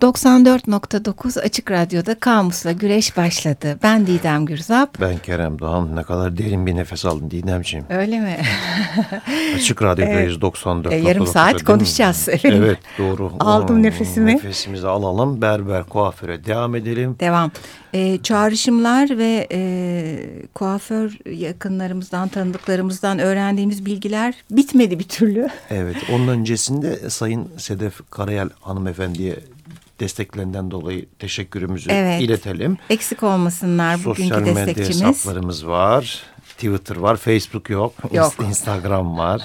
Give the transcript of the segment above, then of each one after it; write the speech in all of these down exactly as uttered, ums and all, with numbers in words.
doksan dört nokta dokuz Açık Radyo'da Kamus'la Güreş başladı. Ben Didem Gürzap. Ben Kerem Doğan. Ne kadar derin bir nefes aldın Didemciğim. Öyle mi? Açık Radyo'dayız, doksan dört nokta dokuz. Yarım saat konuşacağız. Evet, doğru. Aldım o, nefesimi. Nefesimizi alalım. Berber kuaföre devam edelim. Devam. Ee, çağrışımlar ve e, kuaför yakınlarımızdan, tanıdıklarımızdan öğrendiğimiz bilgiler bitmedi bir türlü. Evet, onun öncesinde Sayın Sedef Karayel hanımefendiye desteklerinden dolayı teşekkürümüzü evet. iletelim. Eksik olmasınlar bugünkü Sosyal destekçimiz. Sosyal medya hesaplarımız var. Twitter var, Facebook yok. Yok. Instagram var.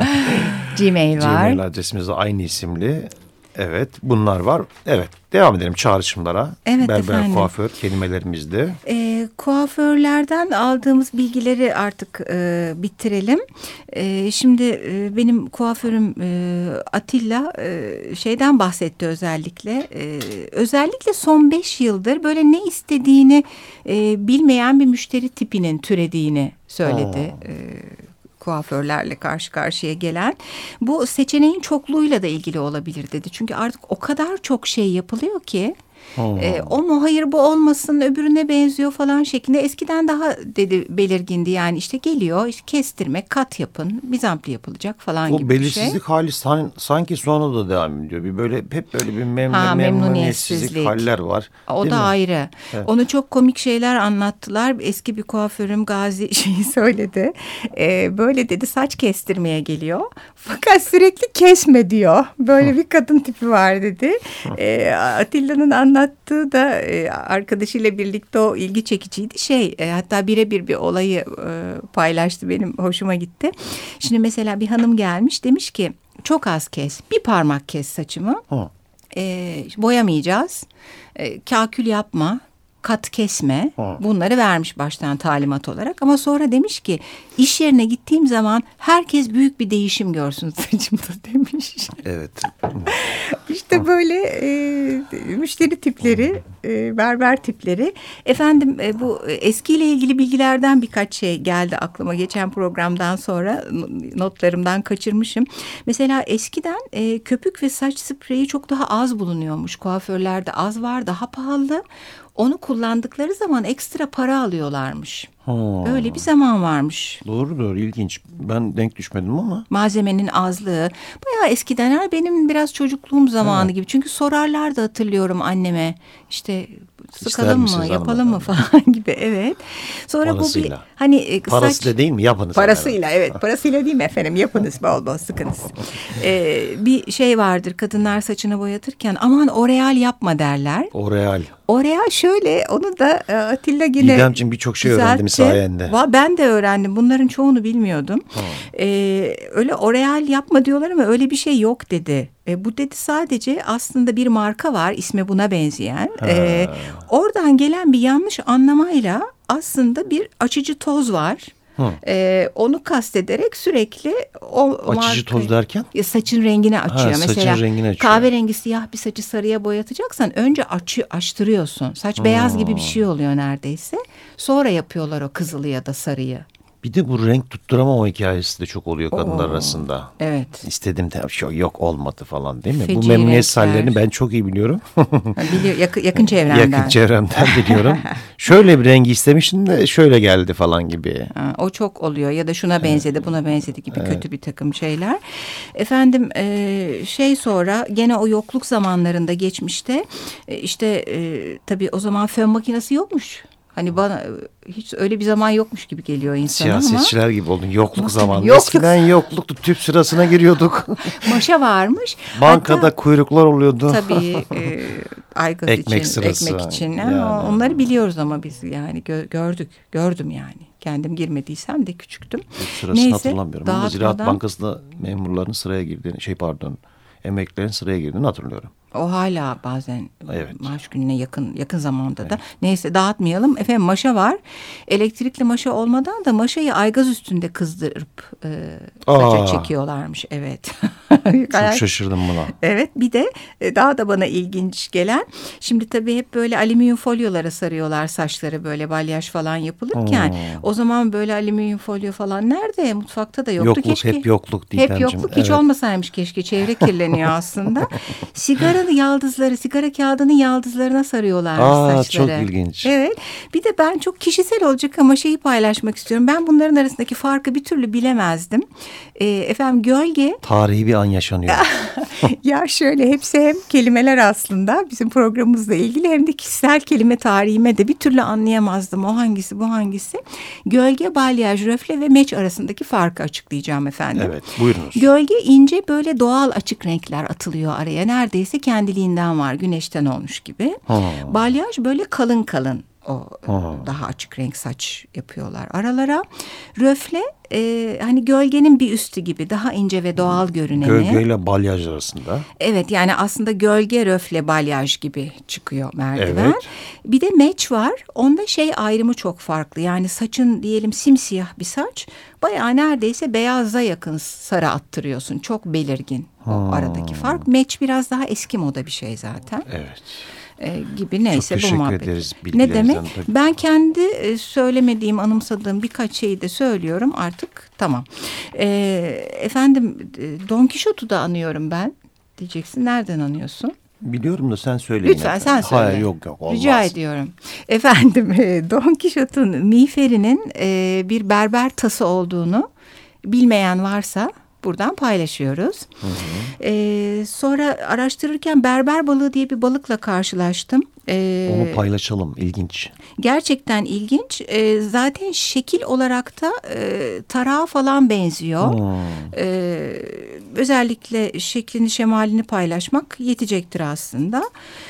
Gmail var. Gmail adresimiz de aynı isimli. Evet, bunlar var. Evet, devam edelim çağrışımlara. Evet Berber, efendim. kuaför kelimelerimizde. E, kuaförlerden aldığımız bilgileri artık e, bitirelim. E, şimdi e, benim kuaförüm e, Atilla e, şeyden bahsetti özellikle. E, özellikle son beş yıldır böyle ne istediğini e, bilmeyen bir müşteri tipinin türediğini söyledi. E, kuaförlerle karşı karşıya gelen. Bu seçeneğin çokluğuyla da ilgili olabilir dedi. Çünkü artık o kadar çok şey yapılıyor ki Hmm. e, o mu hayır bu olmasın öbürüne benziyor falan şeklinde. Eskiden daha dedi belirgindi yani işte geliyor işte kestirme kat yapın bizampli yapılacak falan o gibi bir şey. O belirsizlik hali san, sanki sonra da devam ediyor. Bir böyle hep böyle bir mem ha, memnuniyetsizlik haller var. O da mi? ayrı. Evet. Onu çok komik şeyler anlattılar. Eski bir kuaförüm Gazi şeyi söyledi. Ee, böyle dedi saç kestirmeye geliyor. Fakat sürekli kesme diyor. Böyle bir kadın tipi var dedi. Ee, Atilla'nın anlattığı da e, arkadaşıyla birlikte o ilgi çekiciydi. Şey e, hatta birebir bir olayı e, paylaştı benim hoşuma gitti. Şimdi mesela bir hanım gelmiş demiş ki çok az kes bir parmak kes saçımı. Hı. E, boyamayacağız. E, kakül yapma. Kat kesme ha. Bunları vermiş baştan talimat olarak ama sonra demiş ki iş yerine gittiğim zaman herkes büyük bir değişim görsün saçımda demiş. Evet. İşte böyle e, müşteri tipleri, e, berber tipleri. Efendim e, bu eskiyle ilgili bilgilerden birkaç şey geldi aklıma geçen programdan sonra notlarımdan kaçırmışım. Mesela eskiden e, köpük ve saç spreyi çok daha az bulunuyormuş. Kuaförlerde az var, daha pahalı. Onu kullandıkları zaman ekstra para alıyorlarmış. Ha. Öyle bir zaman varmış. Doğru doğru ilginç. Ben denk düşmedim ama. Malzemenin azlığı. Bayağı eskiden benim biraz çocukluğum zamanı evet. gibi. Çünkü sorarlardı hatırlıyorum anneme. İşte sıkalım mı yapalım mı falan gibi evet. Sonra parasıyla. Bu bir hani parası saç, da değil mi yapınız. Parasıyla evet parasıyla değil mi efendim yapınız bol bol sıkınız. ee, bir şey vardır kadınlar saçını boyatırken aman oreal yapma derler. Oreal. Oreal şöyle onu da Atilla yine Didemciğim birçok şey düzeltti. Öğrendim sayende. Ben de öğrendim bunların çoğunu bilmiyordum. Ee, öyle oreal yapma diyorlar ama öyle bir şey yok dedi. E, bu dedi sadece aslında bir marka var ismi buna benzeyen. E, oradan gelen bir yanlış anlamayla aslında bir açıcı toz var. Ee, onu kastederek sürekli o açıcı marka, toz derken saçın rengini açıyor. Ha, mesela rengini açıyor. Kahverengi siyah bir saçı sarıya boyatacaksan önce açı, açtırıyorsun. Saç hmm. beyaz gibi bir şey oluyor neredeyse. Sonra yapıyorlar o kızılı ya da sarıyı. Bir de bu renk tutturamama hikayesi de çok oluyor kadınlar Oo, arasında. Evet. İstedim de şey yok olmadı falan değil mi? Feci bu memnuniyet hallerini ben çok iyi biliyorum. Biliyor, yakın, yakın çevremden. Yakın çevremden biliyorum. Şöyle bir rengi istemiştim de şöyle geldi falan gibi. Ha, o çok oluyor ya da şuna benzedi buna benzedi gibi evet. kötü bir takım şeyler. Efendim e, şey sonra gene o yokluk zamanlarında geçmişte e, işte e, tabii o zaman fön makinesi yokmuş. Hani bana hiç öyle bir zaman yokmuş gibi geliyor insana ama. Siyasetçiler gibi oldun. Yokluk zamanı. Yokluk. Eskiden yoklukttu. Tüp sırasına giriyorduk. Maşa varmış. Bankada Hatta, kuyruklar oluyordu. Tabii e, aygıt ekmek için, sırası. ekmek için. Yani. Onları biliyoruz ama biz yani gö- gördük. Gördüm yani. Kendim girmediysem de küçüktüm. Tüp sırasını Neyse, hatırlamıyorum. Ama Ziraat Bankası'nda memurların sıraya girdiğini, şey pardon, emeklilerin sıraya girdiğini hatırlıyorum. O hala bazen evet. maaş gününe yakın yakın zamanda evet. da. Neyse dağıtmayalım. Efendim maşa var. Elektrikli maşa olmadan da maşayı aygaz üstünde kızdırıp e, saça çekiyorlarmış. Evet. Çok şaşırdım buna. Evet, bir de daha da bana ilginç gelen, şimdi tabii hep böyle alüminyum folyolara sarıyorlar saçları, böyle balyaj falan yapılırken. Hmm. O zaman böyle alüminyum folyo falan nerede? Mutfakta da yoktu. Yokluk, keşke, hep yokluk Didemciğim. Hep yokluk, hiç evet. olmasaymış keşke, çevre kirleniyor aslında. Sigaranın yaldızları, sigara kağıdının yaldızlarına sarıyorlar Aa, saçları. Çok ilginç. Evet, bir de ben çok kişisel olacak ama şeyi paylaşmak istiyorum. Ben bunların arasındaki farkı bir türlü bilemezdim. E, efendim gölge. Tarihi bir an yaşanıyor. Ya şöyle, hepsi hem kelimeler aslında bizim programımızla ilgili, hem de kişisel kelime tarihime de bir türlü anlayamazdım. O hangisi, bu hangisi? Gölge, balyaj, röfle ve meç arasındaki farkı açıklayacağım efendim. Evet, buyurunuz. Gölge ince, böyle doğal açık renkler atılıyor araya. Neredeyse kendiliğinden var, güneşten olmuş gibi. Hmm. Balyaj böyle kalın kalın. O hmm. daha açık renk saç yapıyorlar aralara. Röfle e, hani gölgenin bir üstü gibi, daha ince ve doğal görüneni. Gölgeyle balyaj arasında. Evet, yani aslında gölge, röfle, balyaj gibi çıkıyor merdiven. Evet. Bir de meç var. Onda şey ayrımı çok farklı. Yani saçın diyelim simsiyah bir saç, bayağı neredeyse beyaza yakın sarı attırıyorsun. Çok belirgin o hmm. aradaki fark. Meç biraz daha eski moda bir şey zaten. Evet. E, gibi neyse Çok bu muhabbet. ederiz, ne demek? Tabii. Ben kendi e, söylemediğim, anımsadığım birkaç şeyi de söylüyorum artık. Tamam. E, efendim Don Quixote'u da anıyorum ben. Diyeceksin, nereden anıyorsun? Biliyorum da sen söyle. Lütfen yine. sen söyle. Hayır, yok yok olmaz. Rica ediyorum. Efendim Don Quixote'un miğferinin e, bir berber tası olduğunu bilmeyen varsa buradan paylaşıyoruz. Hı hı. Ee, sonra araştırırken berber balığı diye bir balıkla karşılaştım. Ee, Onu paylaşalım, ilginç. Gerçekten ilginç. Ee, zaten şekil olarak da e, tarağa falan benziyor. Hmm. Ee, özellikle şeklini, şemalini paylaşmak yetecektir aslında.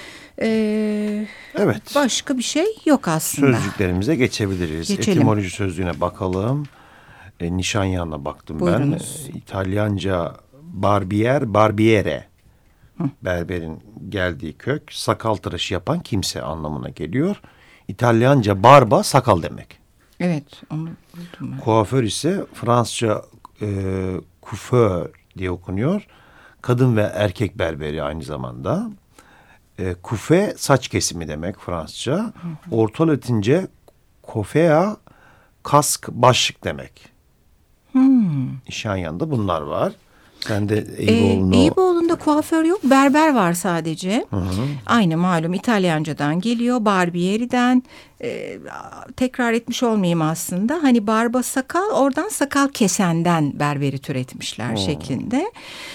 Ee, evet. Başka bir şey yok aslında. Sözcüklerimize geçebiliriz. Geçelim. Etimoloji sözlüğüne bakalım. E, Nişanyan'a baktım. Buyurunuz. Ben. İtalyanca barbier, barbiere. Hı. Berberin geldiği kök, sakal tıraşı yapan kimse anlamına geliyor. İtalyanca barba, sakal demek. Evet, onu buldum ben. Kuaför ise Fransızca e, coiffeur diye okunuyor. Kadın ve erkek berberi aynı zamanda. E, kufe, saç kesimi demek Fransızca. Hı hı. Orta Latince coiffea, kask, başlık demek. Hmm. Nişanyan'da bunlar var. Sen de Eyüboğlu'nu... Ee, Eyüboğlu'nda kuaför yok, berber var sadece. Hı hı. Aynı malum İtalyancadan geliyor, barbieri'den. Ee, tekrar etmiş olmayayım aslında. Hani barba sakal, oradan sakal kesenden berberi türetmişler hmm. şeklinde.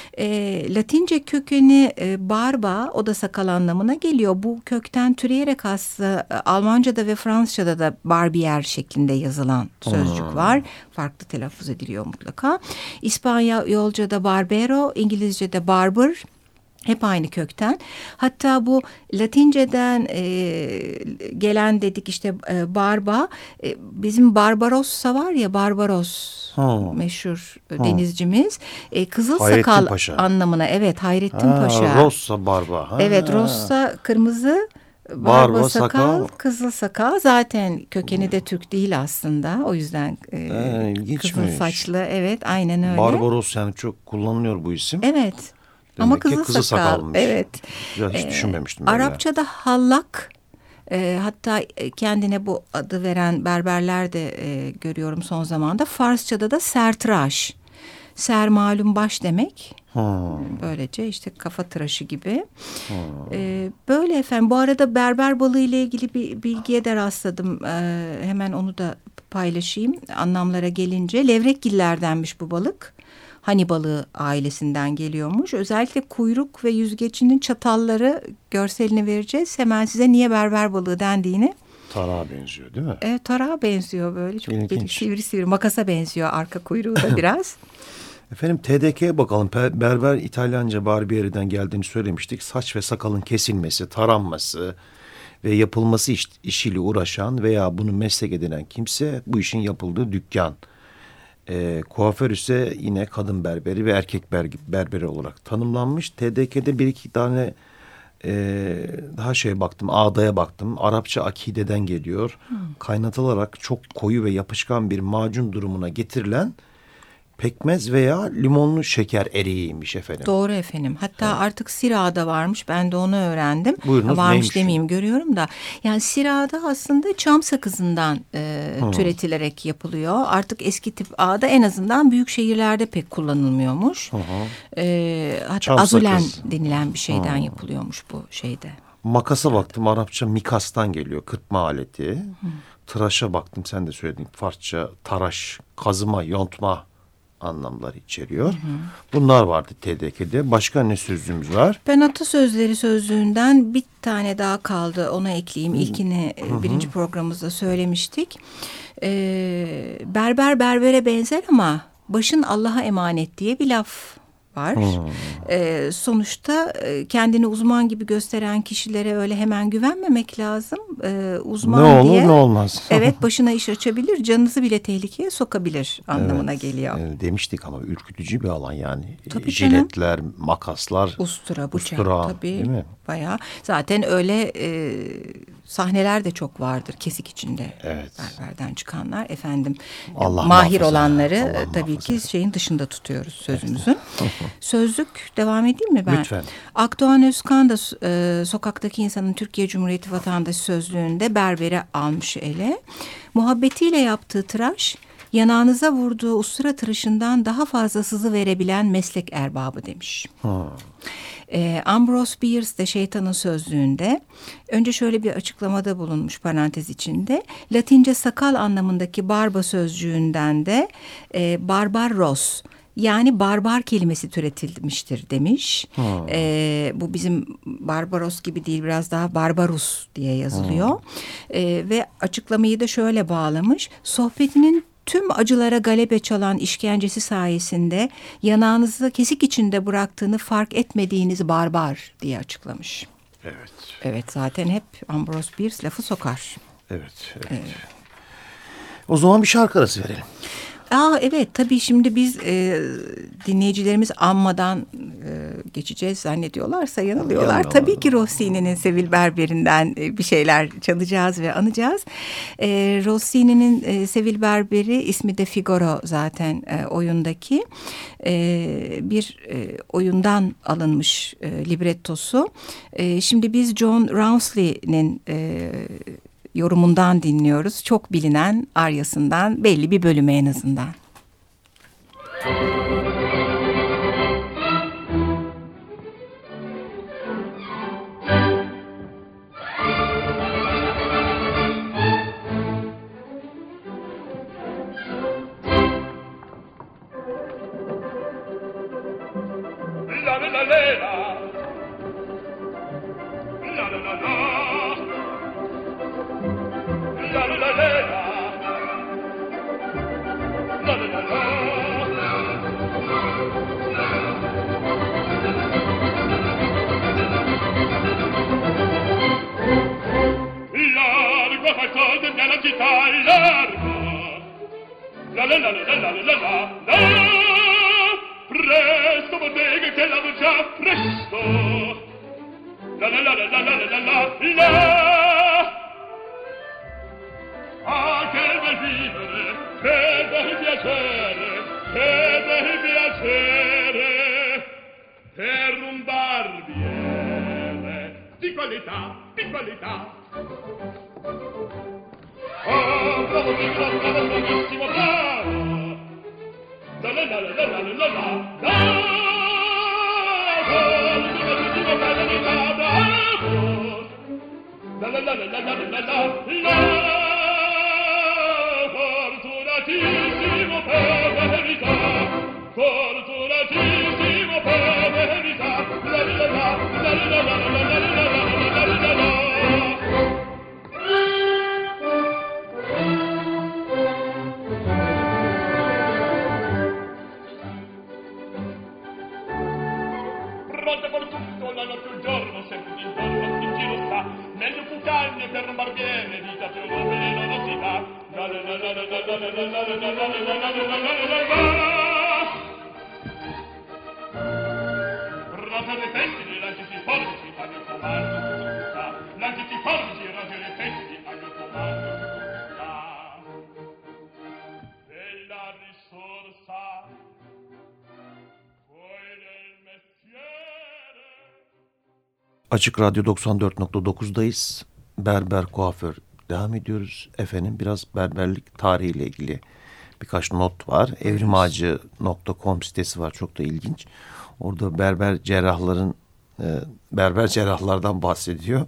E, Latince kökeni e, barba, o da sakal anlamına geliyor. Bu kökten türeyerek aslında e, Almanca'da ve Fransızca'da da barbier şeklinde yazılan sözcük hmm. var. Farklı telaffuz ediliyor mutlaka. İspanyolca'da barbero, İngilizce'de barber. Hep aynı kökten. Hatta bu Latinceden e, gelen dedik işte e, barba. E, bizim Barbarossa var ya, Barbaros hmm. meşhur hmm. denizcimiz. E, Kızıl Hayrettin sakal Paşa. Anlamına. Evet, Hayrettin ha, Paşa. Rossa barba. Ha. Evet, Rossa kırmızı. Barba, barba sakal, sakal, kızıl sakal. Zaten kökeni de Türk değil aslında. O yüzden e, ee, kızıl saçlı. Evet, aynen öyle. Barbaros, yani çok kullanılıyor bu isim. Evet. Demek ama kızıl, kızıl sakal. sakalmış. Evet. Güzel, hiç ee, düşünmemiştim. Arapçada öyle. Hallak. E, hatta kendine bu adı veren berberler de e, görüyorum son zamanda. Farsçada da sertraş. Ser malum baş demek. Hmm. Böylece işte kafa tıraşı gibi. Hmm. Ee, böyle efendim. Bu arada berber balığı ile ilgili bir bilgiye de rastladım. Ee, hemen onu da paylaşayım. Anlamlara gelince levrekgillerdenmiş bu balık. Hani balığı ailesinden geliyormuş. Özellikle kuyruk ve yüzgecinin çatalları görselini vereceğiz. Hemen size niye berber balığı dendiğini. Tarağa benziyor değil mi? Evet, tarağa benziyor böyle. Çok gelip sivri sivri, makasa benziyor arka kuyruğu da biraz. Efendim T D K'ye bakalım. Berber İtalyanca barbieri'den geldiğini söylemiştik. Saç ve sakalın kesilmesi, taranması ve yapılması iş, işiyle uğraşan veya bunu meslek edinen kimse, bu işin yapıldığı dükkan. E, kuaför ise yine kadın berberi ve erkek ber, berberi olarak tanımlanmış. T D K'de bir iki tane e, daha şeye baktım, ağdaya baktım. Arapça akideden geliyor. Hmm. Kaynatılarak çok koyu ve yapışkan bir macun durumuna getirilen pekmez veya limonlu şeker eriğiymiş efendim. Doğru efendim. Hatta evet. artık Sira'da varmış. Ben de onu öğrendim. Buyurunuz, varmış neymiş? demeyeyim, görüyorum da. Yani Sira'da aslında çam sakızından e, türetilerek yapılıyor. Artık eski tip ağda en azından büyük şehirlerde pek kullanılmıyormuş. E, hatta azulen sakız denilen bir şeyden Hı. yapılıyormuş bu şeyde. Makasa baktım, Arapça mikastan geliyor, kırpma aleti. Hı. Tıraşa baktım, sen de söyledin, Farsça taraş, kazıma, yontma anlamları içeriyor. Hı hı. Bunlar vardı T D K'de. Başka ne sözlüğümüz var? Ben atasözleri sözlüğünden bir tane daha kaldı. Ona ekleyeyim. İlkini hı hı. birinci programımızda söylemiştik. Ee, berber berbere benzer ama başın Allah'a emanet diye bir laf var. Hmm. Ee, sonuçta kendini uzman gibi gösteren kişilere öyle hemen güvenmemek lazım. Ee, uzman ne olur diye, ne olmaz. Evet, başına iş açabilir, canınızı bile tehlikeye sokabilir anlamına evet, geliyor. E, demiştik ama ürkütücü bir alan yani. Tabii Jiletler, canım. makaslar. Ustura, bıçak ustura, tabii. Değil mi? Bayağı. Zaten öyle e, sahneler de çok vardır kesik içinde. Evet. Berberden çıkanlar. Efendim Allah mahir muhafaza. olanları Allah tabii muhafaza. ki şeyin dışında tutuyoruz sözümüzün. Sözlük devam edeyim mi ben? Lütfen. Akdoğan Özkan da e, Sokaktaki İnsanın Türkiye Cumhuriyeti Vatandaşı sözlüğünde berberi almış ele. Muhabbetiyle yaptığı tıraş, yanağınıza vurduğu ustura tıraşından daha fazla sızı verebilen meslek erbabı demiş. Hmm. Ee, Ambrose Bierce de Şeytanın Sözlüğü'nde önce şöyle bir açıklamada bulunmuş parantez içinde. Latince sakal anlamındaki barba sözcüğünden de e, barbaros, yani barbar kelimesi türetilmiştir demiş. Hmm. Ee, bu bizim Barbaros gibi değil, biraz daha Barbarus diye yazılıyor. Hmm. Ee, ve açıklamayı da şöyle bağlamış. Sohbetinin tüm acılara galebe çalan işkencesi sayesinde yanağınızı kesik içinde bıraktığını fark etmediğiniz barbar diye açıklamış. Evet. Evet, zaten hep Ambrose Bierce lafı sokar. Evet, evet. evet. O zaman bir şarkı arası verelim. Aa, evet, tabii şimdi biz e, dinleyicilerimiz anmadan e, geçeceğiz zannediyorlarsa yanılıyorlar. Yanılıyorlar. Tabii ki Rossini'nin Sevil Berberi'nden e, bir şeyler çalacağız ve anacağız. E, Rossini'nin e, Sevil Berberi ismi de Figaro zaten e, oyundaki e, bir e, oyundan alınmış e, librettosu. E, şimdi biz John Rawnsley'nin E, yorumundan dinliyoruz. Çok bilinen aryasından belli bir bölümü en azından. La la la la la la la la. La la la la la la la la. Largo faccio della città, largo. La la la la la la la la. Presto bottega che la già presto. La la la la la la la la la. Ah, che bel vivere, che bel piacere, che bel piacere, per un barbiere di qualità, di qualità. Oh, bravo, bravo, bravo, bravissimo, bravo. La la la la la la la la la. L'ultimo bello di là, bravo. La la la la la la la la la. Fortunatissimo per verità, fortunatissimo per verità, la la la la la la la la la la la. Pronto per tutto, la notte e il giorno, sempre d'intorno, in giro sta, meglio fu canne per un barbiere, vita più nobile non si dà. La la la la la la la la la la la la la la la. Rosa le pettini, lanciti forbici, fanno il comando su tutta. Lanciti forbici, rosa le pettini, fanno il comando su tutta. E la risorsa Açık Radyo doksan dört nokta dokuzdayız. Berber Kuaför devam ediyoruz. Efendim biraz berberlik tarihiyle ilgili birkaç not var. evrimağacı nokta com sitesi var, çok da ilginç. Orada berber cerrahların, e, berber cerrahlardan bahsediyor.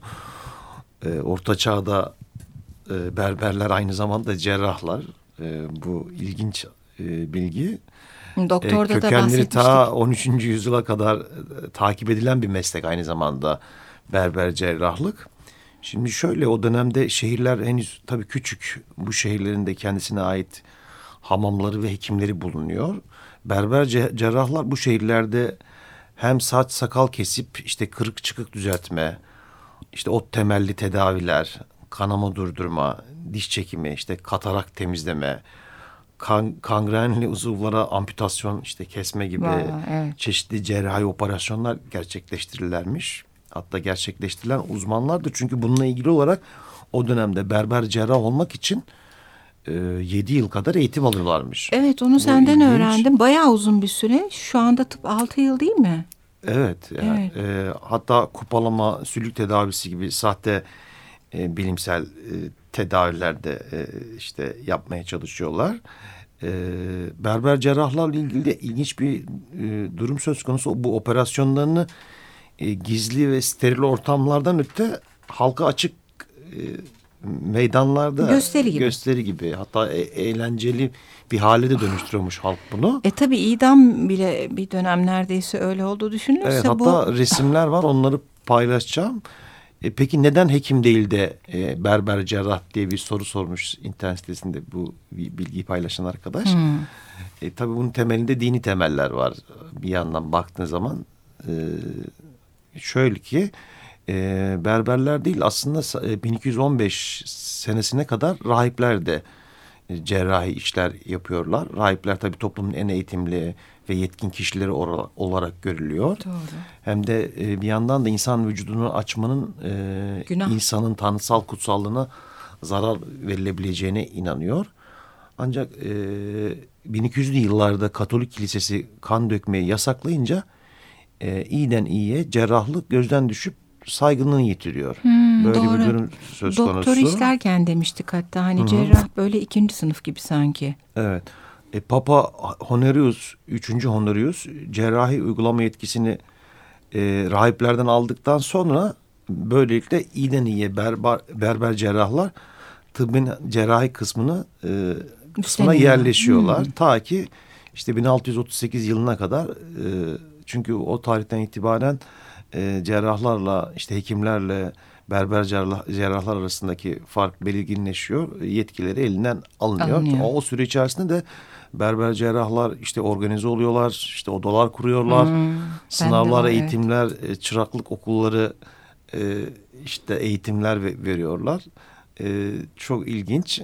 E, Orta Çağ'da e, berberler aynı zamanda cerrahlar. E, bu ilginç e, bilgi. Doktorda e, da kökenleri bahsetmiştik. ta on üçüncü yüzyıla kadar e, takip edilen bir meslek aynı zamanda berber cerrahlık. Şimdi şöyle, o dönemde şehirler henüz tabii küçük. Bu şehirlerin de kendisine ait hamamları ve hekimleri bulunuyor. Berber cerrahlar bu şehirlerde hem saç sakal kesip işte kırık çıkık düzeltme, işte ot temelli tedaviler, kanama durdurma, diş çekimi, işte katarak temizleme, kan, kangrenli uzuvlara amputasyon, işte kesme gibi Vallahi, evet. çeşitli cerrahi operasyonlar gerçekleştirirlermiş. Hatta gerçekleştirilen uzmanlardır. Çünkü bununla ilgili olarak o dönemde berber cerrah olmak için e, yedi yıl kadar eğitim alıyorlarmış. Evet, onu Bu senden ilginç. öğrendim. Bayağı uzun bir süre. Şu anda tıp altı yıl değil mi? Evet. Yani, Evet. E, hatta kupalama, sülük tedavisi gibi sahte e, bilimsel e, tedaviler de e, işte yapmaya çalışıyorlar. E, berber cerrahlarla ilgili de ilginç bir e, durum söz konusu. Bu operasyonlarını e, gizli ve steril ortamlardan öte halka açık e, meydanlarda Gösteri gibi. gösteri gibi, hatta e, eğlenceli bir hale de dönüştürüyormuş halk bunu. E tabii idam bile bir dönem neredeyse öyle olduğu düşünülürse Evet, hatta bu... resimler var, onları paylaşacağım. E, peki neden hekim değil de e, berber cerrah diye bir soru sormuş internet sitesinde bu bilgiyi paylaşan arkadaş. Hmm. E, tabii bunun temelinde dini temeller var. Bir yandan baktığın zaman e, şöyle ki e, berberler değil aslında e, bin iki yüz on beş senesine kadar rahipler de e, cerrahi işler yapıyorlar. Rahipler tabii toplumun en eğitimli ve yetkin kişileri or- olarak görülüyor. Doğru. Hem de e, bir yandan da insan vücudunu açmanın e, Günah. insanın tanrısal kutsallığına zarar verilebileceğine inanıyor. Ancak e, bin iki yüzlü yıllarda Katolik Kilisesi kan dökmeyi yasaklayınca e, iyiden iyiye cerrahlık gözden düşüp saygınlığını yitiriyor. Hmm, Böyle doğru. bir durum söz Doktor konusu. işlerken demiştik hatta hani Hı-hı. cerrah böyle ikinci sınıf gibi sanki. Evet. E, Papa Honorius, üçüncü Honorius cerrahi uygulama yetkisini e, rahiplerden aldıktan sonra böylelikle iyiden iyiye berber, berber cerrahlar tıbbın cerrahi kısmını e, kısmına yerleşiyorlar. Hmm. Ta ki işte bin altı yüz otuz sekiz yılına kadar e, çünkü o tarihten itibaren e, cerrahlarla işte hekimlerle berber cerrah, cerrahlar arasındaki fark belirginleşiyor. Yetkileri elinden alınıyor. Alınıyor. O, o süre içerisinde de berber cerrahlar işte organize oluyorlar. İşte odalar kuruyorlar. Hmm, sınavlar, var, eğitimler, evet. çıraklık okulları, e, işte eğitimler veriyorlar. E, çok ilginç.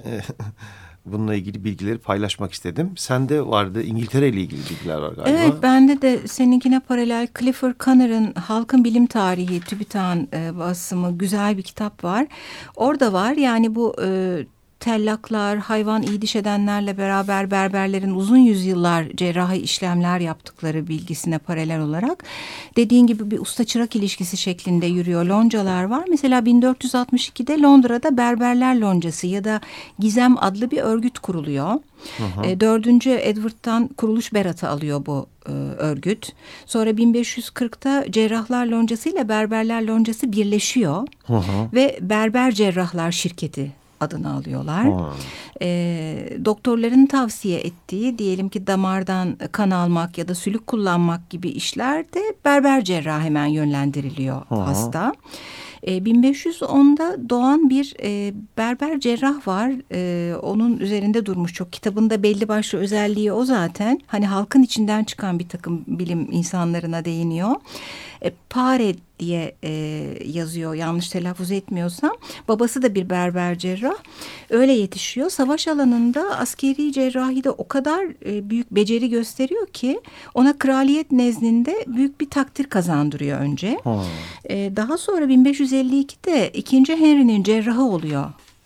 Bununla ilgili bilgileri paylaşmak istedim. Sende vardı, İngiltere ile ilgili bilgiler var galiba. Evet, bende de seninkine paralel Clifford Connor'ın Halkın Bilim Tarihi TÜBİTAK'ın e, basımı güzel bir kitap var. Orada var yani bu e, tellaklar, hayvan iyi diş edenlerle beraber berberlerin uzun yüzyıllar cerrahi işlemler yaptıkları bilgisine paralel olarak dediğin gibi bir usta çırak ilişkisi şeklinde yürüyor. Loncalar var. Mesela bin dört yüz altmış ikide Londra'da Berberler Loncası ya da Gizem adlı bir örgüt kuruluyor. Hı hı. E, dördüncü Edward'dan kuruluş beratı alıyor bu e, örgüt. Sonra bin beş yüz kırkta Cerrahlar Loncası ile Berberler Loncası birleşiyor. Hı hı. Ve Berber Cerrahlar Şirketi adını alıyorlar. E, doktorların tavsiye ettiği diyelim ki damardan kan almak ya da sülük kullanmak gibi işlerde berber cerrah hemen yönlendiriliyor Hı-hı. hasta. E, bin beş yüz onda doğan bir e, berber cerrah var. E, onun üzerinde durmuş çok. Kitabında belli başlı özelliği o zaten. Hani halkın içinden çıkan bir takım bilim insanlarına değiniyor. E, Pare diye e, yazıyor yanlış telaffuz etmiyorsam. Babası da bir berber cerrah. Öyle yetişiyor. Savaş alanında askeri cerrahide o kadar e, büyük beceri gösteriyor ki ona kraliyet nezdinde büyük bir takdir kazandırıyor önce. E, daha sonra bin beş yüz elli ikide ikinci Henry'nin cerrahı oluyor.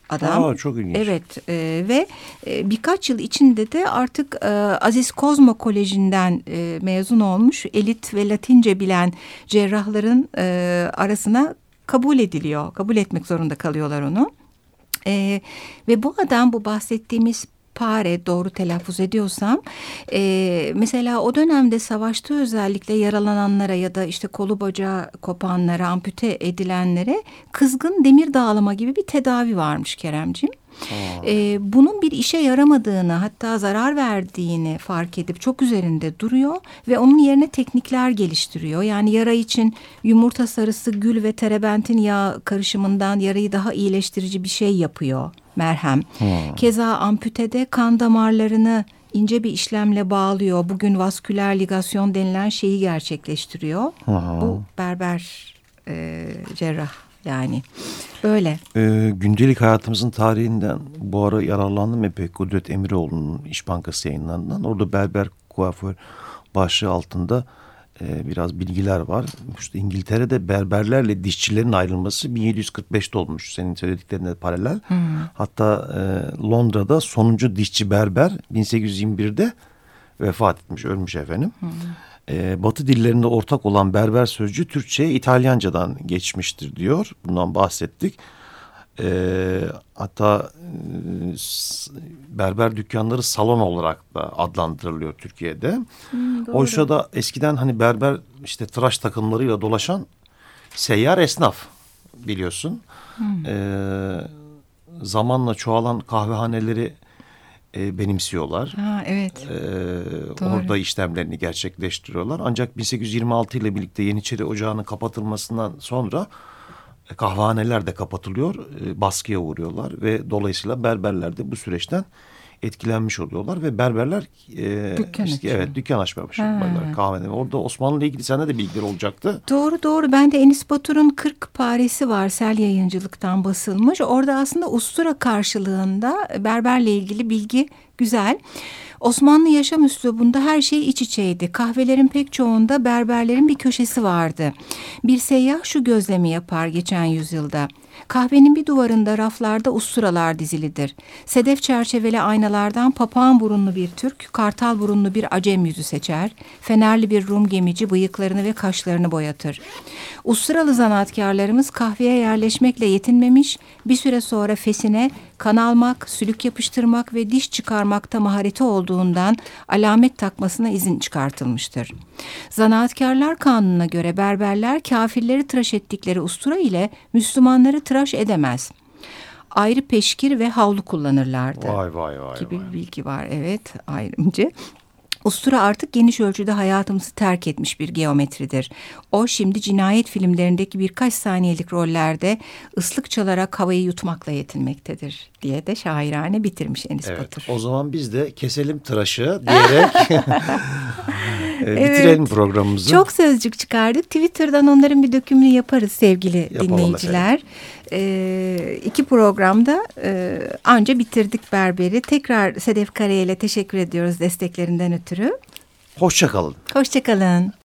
adam. Aa, çok ilginç. Evet e, ve e, birkaç yıl içinde de artık e, Aziz Kozmo Koleji'nden e, mezun olmuş elit ve Latince bilen cerrahların e, arasına kabul ediliyor. Kabul etmek zorunda kalıyorlar onu. E, ve bu adam, bu bahsettiğimiz Pare, doğru telaffuz ediyorsam, e, mesela o dönemde savaşta özellikle yaralananlara ya da işte kolu bacağı kopanlara, ampute edilenlere kızgın demir dağlama gibi bir tedavi varmış Keremciğim. Ee, bunun bir işe yaramadığını, hatta zarar verdiğini fark edip çok üzerinde duruyor ve onun yerine teknikler geliştiriyor. Yani yara için yumurta sarısı, gül ve terebentin yağı karışımından yarayı daha iyileştirici bir şey yapıyor, merhem. Hmm. Keza amputede kan damarlarını ince bir işlemle bağlıyor. Bugün vasküler ligasyon denilen şeyi gerçekleştiriyor. Hmm. Bu berber e, cerrah. Yani böyle. Ee, gündelik hayatımızın tarihinden bu ara yararlandım epey. Kudret Emiroğlu'nun İş Bankası yayınlarından. Orada berber kuaför başlığı altında e, biraz bilgiler var. İşte İngiltere'de berberlerle dişçilerin ayrılması bin yedi yüz kırk beşte olmuş. Senin söylediklerine paralel. Hmm. Hatta e, Londra'da sonuncu dişçi berber bin sekiz yüz yirmi birde vefat etmiş, ölmüş efendim. Hmm. Ee, Batı dillerinde ortak olan berber sözcüğü Türkçe'ye İtalyancadan geçmiştir diyor. Bundan bahsettik. Ee, hatta e, berber dükkanları salon olarak da adlandırılıyor Türkiye'de. Hmm, Oysa da eskiden hani berber işte tıraş takımlarıyla dolaşan seyyar esnaf biliyorsun. Hmm. Ee, zamanla çoğalan kahvehaneleri E, benimsiyorlar. Ha, evet. E, orada işlemlerini gerçekleştiriyorlar. Ancak bin sekiz yüz yirmi altı ile birlikte Yeniçeri Ocağı'nın kapatılmasından sonra e, kahvehaneler de kapatılıyor. E, baskıya uğruyorlar ve dolayısıyla berberler de bu süreçten etkilenmiş oluyorlar ve berberler e, dükkan işte, evet dükkan açmaya başlıyorlar kahvede. Orada Osmanlı ile ilgili sende de bilgiler olacaktı. Doğru doğru. Ben de Enis Batur'un kırk Paresi var. Sel Yayıncılık'tan basılmış. Orada aslında ustura karşılığında berberle ilgili bilgi güzel. Osmanlı yaşam üslubunda her şey iç içeydi. Kahvelerin pek çoğunda berberlerin bir köşesi vardı. Bir seyyah şu gözlemi yapar geçen yüzyılda. Kahvenin bir duvarında raflarda usturalar dizilidir. Sedef çerçeveli aynalardan papağan burunlu bir Türk, kartal burunlu bir Acem yüzü seçer. Fenerli bir Rum gemici bıyıklarını ve kaşlarını boyatır. Usturalı zanaatkarlarımız kahveye yerleşmekle yetinmemiş, bir süre sonra fesine kan almak, sülük yapıştırmak ve diş çıkarmakta mahareti olduğundan alamet takmasına izin çıkartılmıştır. Zanaatkarlar kanununa göre berberler kafirleri tıraş ettikleri ustura ile Müslümanları tıraş edemez. Ayrı peşkir ve havlu kullanırlardı. Vay vay vay. Gibi vay. bir bilgi var, evet, ayrımcı. Ustura artık geniş ölçüde hayatımızı terk etmiş bir geometridir. O şimdi cinayet filmlerindeki birkaç saniyelik rollerde ıslık çalarak havayı yutmakla yetinmektedir diye de şairane bitirmiş Enis evet, Batur. O zaman biz de keselim tıraşı diyerek bitirelim evet, programımızı. Çok sözcük çıkardık. Twitter'dan onların bir dökümünü yaparız sevgili Yapalım dinleyiciler. Efendim. Ee, iki programda e, anca bitirdik berberi. Tekrar Sedef Karayel'e teşekkür ediyoruz desteklerinden ötürü. Hoşça kalın. Hoşça kalın.